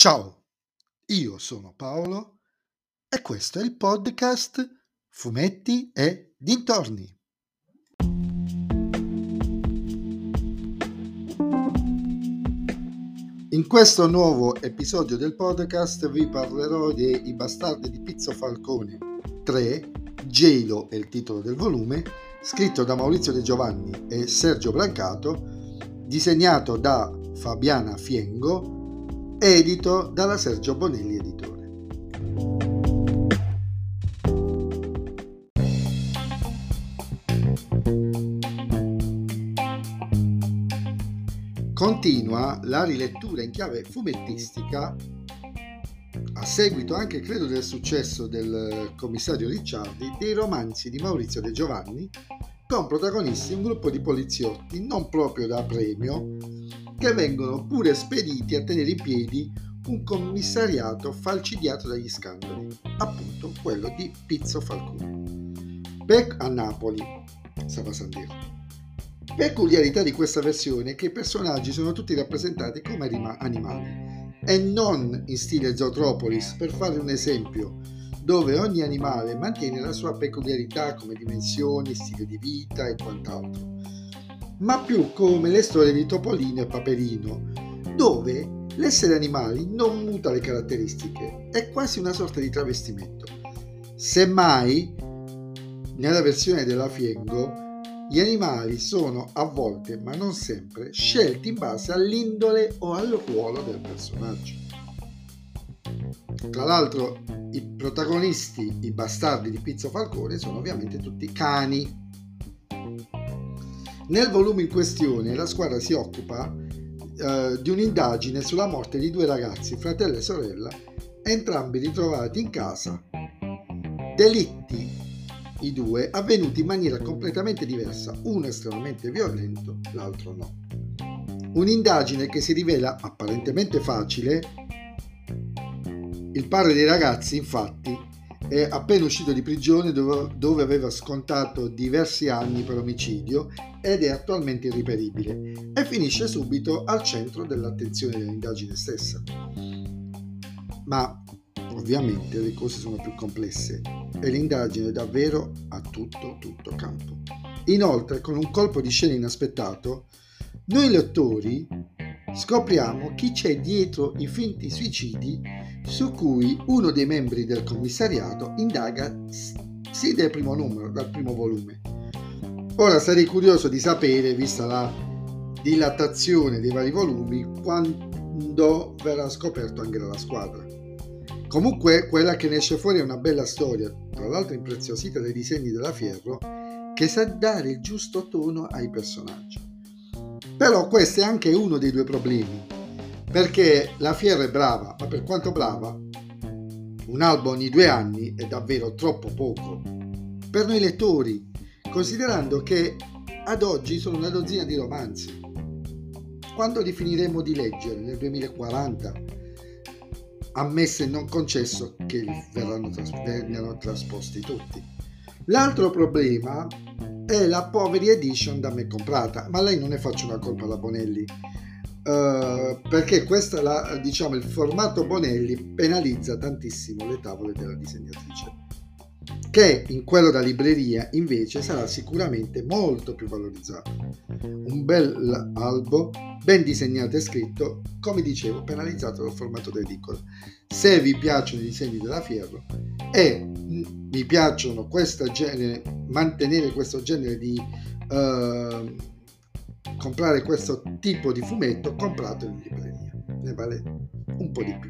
Ciao, io sono Paolo e questo è il podcast Fumetti e Dintorni. In questo nuovo episodio del podcast vi parlerò dei I bastardi di Pizzo Falcone 3, Gelo è il titolo del volume, scritto da Maurizio De Giovanni e Sergio Brancato, disegnato da Fabiana Fiengo, edito dalla Sergio Bonelli Editore. Continua la rilettura in chiave fumettistica, a seguito anche credo del successo del commissario Ricciardi, dei romanzi di Maurizio De Giovanni, con protagonisti un gruppo di poliziotti non proprio da premio, che vengono pure spediti a tenere in piedi un commissariato falcidiato dagli scandali, appunto quello di Pizzo Falcone, a Napoli, stava a dire. Peculiarità di questa versione è che i personaggi sono tutti rappresentati come animali e non in stile Zootropolis, per fare un esempio, dove ogni animale mantiene la sua peculiarità come dimensioni, stile di vita e quant'altro, ma più come le storie di Topolino e Paperino, dove l'essere animali non muta le caratteristiche, è quasi una sorta di travestimento. Semmai, nella versione della Fiengo, gli animali sono a volte, ma non sempre, scelti in base all'indole o al ruolo del personaggio. Tra l'altro, i protagonisti, i bastardi di Pizzo Falcone, sono ovviamente tutti cani. Nel volume in questione, la squadra si occupa di un'indagine sulla morte di due ragazzi, fratello e sorella, entrambi ritrovati in casa. Delitti, i due, avvenuti in maniera completamente diversa, uno estremamente violento, l'altro no. Un'indagine che si rivela apparentemente facile. Il padre dei ragazzi, infatti, è appena uscito di prigione dove aveva scontato diversi anni per omicidio ed è attualmente irreperibile e finisce subito al centro dell'attenzione dell'indagine stessa. Ma ovviamente le cose sono più complesse e l'indagine davvero ha tutto campo. Inoltre, con un colpo di scena inaspettato, noi lettori scopriamo chi c'è dietro i finti suicidi su cui uno dei membri del commissariato indaga sin dal primo numero, dal primo volume. Ora sarei curioso di sapere, vista la dilatazione dei vari volumi, quando verrà scoperto anche dalla squadra. Comunque quella che ne esce fuori è una bella storia, tra l'altro impreziosita dai disegni della Fierro, che sa dare il giusto tono ai personaggi. Però questo è anche uno dei due problemi, perché la Fierro è brava, ma per quanto brava, un albo ogni 2 anni è davvero troppo poco per noi lettori, considerando che ad oggi sono una dozzina di romanzi. Quando li finiremo di leggere? Nel 2040? Ammesso e non concesso che vengano trasposti tutti. L'altro problema è la Poveri Edition da me comprata, ma lei non ne faccio una colpa alla Bonelli, perché questa il formato Bonelli penalizza tantissimo le tavole della disegnatrice, che in quello da libreria invece sarà sicuramente molto più valorizzato. Un bel albo ben disegnato e scritto, come dicevo, penalizzato dal formato da edicola. Se vi piacciono i disegni della Fierro e vi piacciono mantenere questo genere di comprare questo tipo di fumetto, compratelo in libreria, ne vale un po' di più.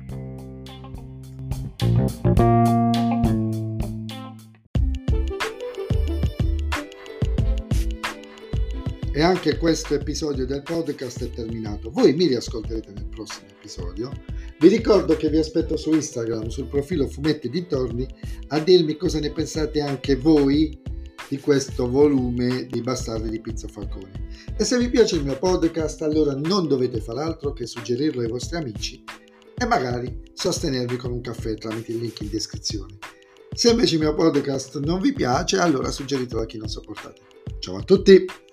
E anche questo episodio del podcast è terminato. Voi mi riascolterete nel prossimo episodio. Vi ricordo che vi aspetto su Instagram, sul profilo Fumetti Dintorni, a dirmi cosa ne pensate anche voi di questo volume di Bastardi di Pizzo Falcone. E se vi piace il mio podcast, allora non dovete far altro che suggerirlo ai vostri amici e magari sostenermi con un caffè tramite il link in descrizione. Se invece il mio podcast non vi piace, allora suggeritelo a chi non sopportate. Ciao a tutti!